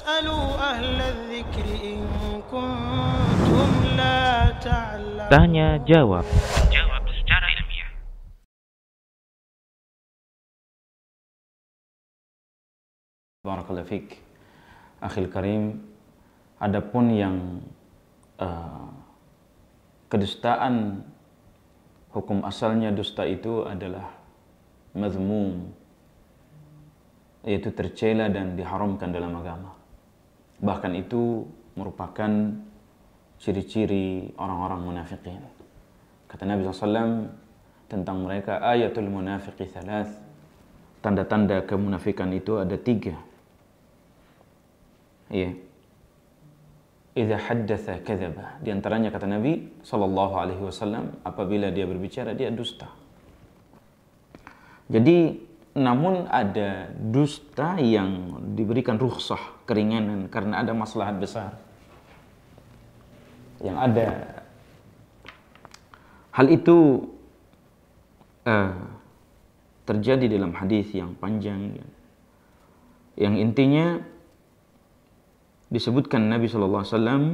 فاسألوا أهل الذكر إن كنتم لا تعلمون. Tanya jawab. Jawab secara ilmiah. Barakallahu fiik. Akhil karim, adapun yang kedustaan, hukum asalnya dusta itu adalah mazmum, yaitu tercela dan diharamkan dalam agama. Bahkan itu merupakan ciri-ciri orang-orang munafikin. Kata Nabi SAW tentang mereka, ayatul munafiqi thalath, tanda-tanda kemunafikan itu ada 3. Iya. Idza haddatsa kadzaba. Di antaranya kata Nabi SAW, apabila dia berbicara dia dusta. Jadi namun ada dusta yang diberikan rukhsah, keringanan karena ada maslahat besar. Yang ada hal itu terjadi dalam hadis yang panjang, yang intinya disebutkan Nabi SAW,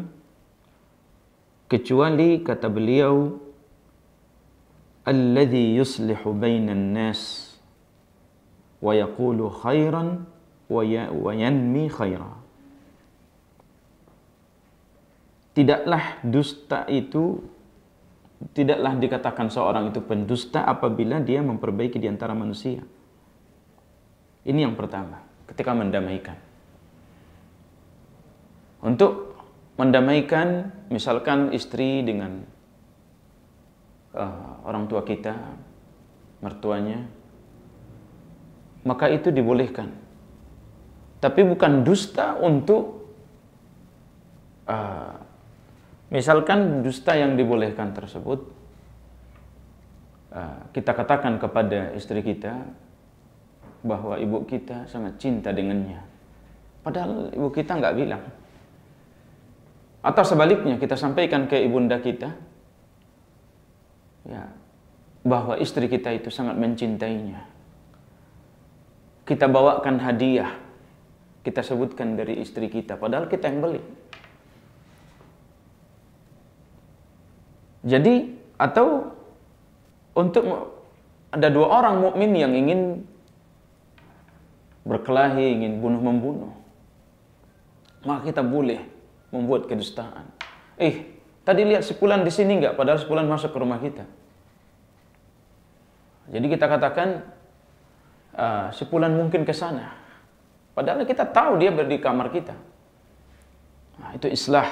kecuali kata beliau, alladzi yuslihu bainan nas wa yaqulu khairan wa yanmi khaira. Tidaklah dusta itu, tidaklah dikatakan seorang itu pendusta apabila dia memperbaiki di antara manusia. Ini yang pertama, ketika mendamaikan. Untuk mendamaikan, misalkan istri dengan orang tua kita, mertuanya, maka itu dibolehkan. Tapi bukan dusta untuk misalkan dusta yang dibolehkan tersebut, kita katakan kepada istri kita bahwa ibu kita sangat cinta dengannya, padahal ibu kita nggak bilang. Atau sebaliknya, kita sampaikan ke ibunda kita, ya, bahwa istri kita itu sangat mencintainya. Kita bawakan hadiah, kita sebutkan dari istri kita, padahal kita yang beli. Jadi, atau untuk ada 2 orang mukmin yang ingin berkelahi, ingin bunuh-membunuh, maka kita boleh membuat kedustaan. Tadi lihat si fulan di sini enggak? Padahal si fulan masuk ke rumah kita. Jadi kita katakan si fulan mungkin ke sana, padahal kita tahu dia berada di kamar kita. Nah, itu islah,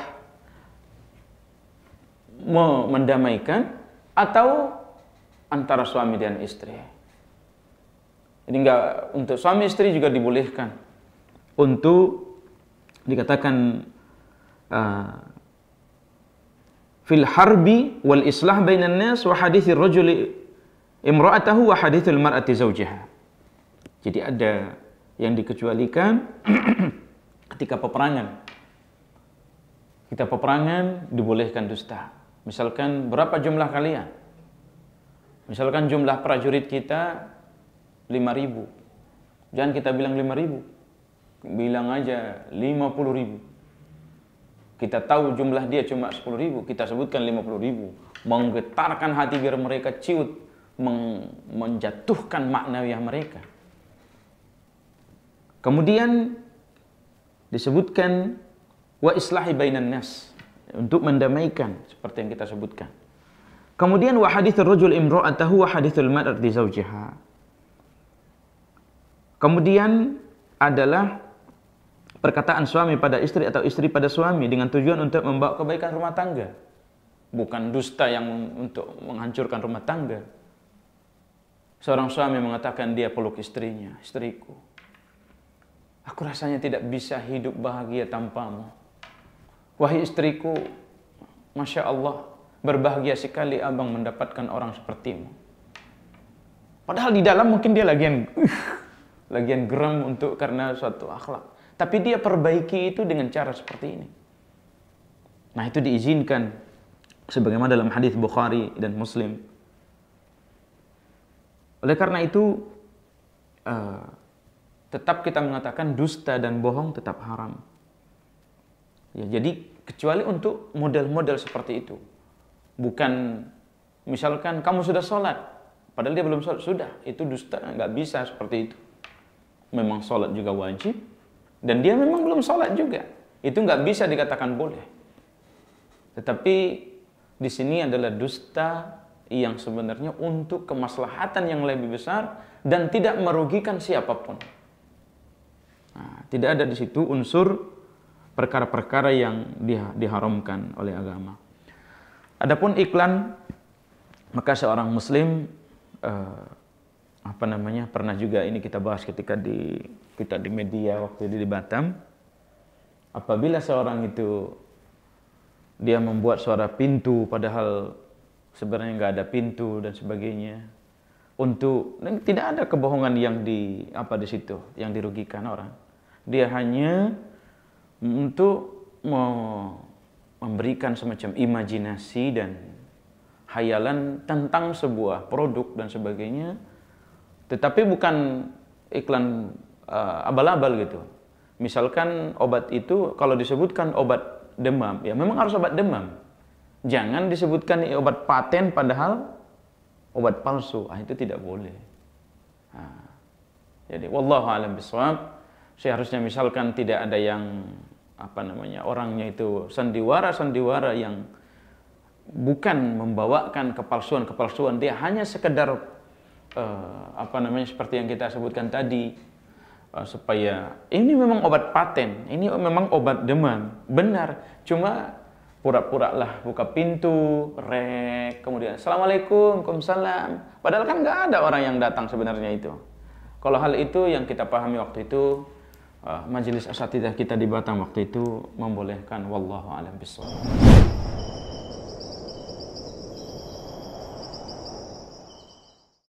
mendamaikan, atau antara suami dan istri. Jadi enggak, untuk suami istri juga dibolehkan untuk dikatakan fil harbi wal islah bainan nas wa hadithir rajuli imra'atahu wa hadithul mar'ati zawjiha. Jadi ada yang dikecualikan ketika peperangan. Kita peperangan dibolehkan dusta. Misalkan berapa jumlah kalian? Misalkan jumlah prajurit kita 5.000. Jangan kita bilang 5.000. Bilang aja 50.000. Kita tahu jumlah dia cuma 10.000, kita sebutkan 50.000. Menggetarkan hati biar mereka ciut, menjatuhkan maknawiyah mereka. Kemudian disebutkan wa islahi bainan nas, untuk mendamaikan seperti yang kita sebutkan. Kemudian wa hadithur rajul imra'atahu wa hadithul mar'ati zawjiha. Kemudian adalah perkataan suami pada istri atau istri pada suami dengan tujuan untuk membawa kebaikan rumah tangga. Bukan dusta yang untuk menghancurkan rumah tangga. Seorang suami mengatakan dia peluk istrinya, istriku, aku rasanya tidak bisa hidup bahagia tanpamu. Wahai istriku, Masya Allah, berbahagia sekali abang mendapatkan orang sepertimu. Padahal di dalam mungkin dia lagian geram untuk karena suatu akhlak. Tapi dia perbaiki itu dengan cara seperti ini. Nah, itu diizinkan sebagaimana dalam hadis Bukhari dan Muslim. Oleh karena itu tetap kita mengatakan dusta dan bohong tetap haram. Ya, jadi kecuali untuk model-model seperti itu. Bukan misalkan kamu sudah sholat, padahal dia belum sholat, sudah, itu dusta, nggak bisa seperti itu. Memang sholat juga wajib, dan dia memang belum sholat juga. Itu nggak bisa dikatakan boleh. Tetapi di sini adalah dusta yang sebenarnya untuk kemaslahatan yang lebih besar dan tidak merugikan siapapun. Nah, tidak ada di situ unsur perkara-perkara yang diharamkan oleh agama. Adapun iklan, maka seorang muslim pernah juga ini kita bahas ketika kita di media waktu di Batam. Apabila seorang itu dia membuat suara pintu padahal sebenarnya nggak ada pintu dan sebagainya, dan tidak ada kebohongan yang di situ yang dirugikan orang. Dia hanya untuk memberikan semacam imajinasi dan hayalan tentang sebuah produk dan sebagainya, tetapi bukan iklan abal-abal gitu. Misalkan obat itu kalau disebutkan obat demam, ya memang harus obat demam. Jangan disebutkan obat paten padahal obat palsu. Itu tidak boleh. Jadi wallahu a'lam bishawab. Seharusnya misalkan tidak ada yang orangnya itu sandiwara yang bukan membawakan kepalsuan, dia hanya sekedar seperti yang kita sebutkan tadi, supaya ini memang obat paten, ini memang obat demam, benar, cuma pura-pura lah buka pintu, kemudian assalamualaikum, waalaikumsalam, padahal kan nggak ada orang yang datang sebenarnya itu. Kalau hal itu yang kita pahami waktu itu, majelis asatidzah kita di Batam waktu itu membolehkan, wallahu a'lam bishawab.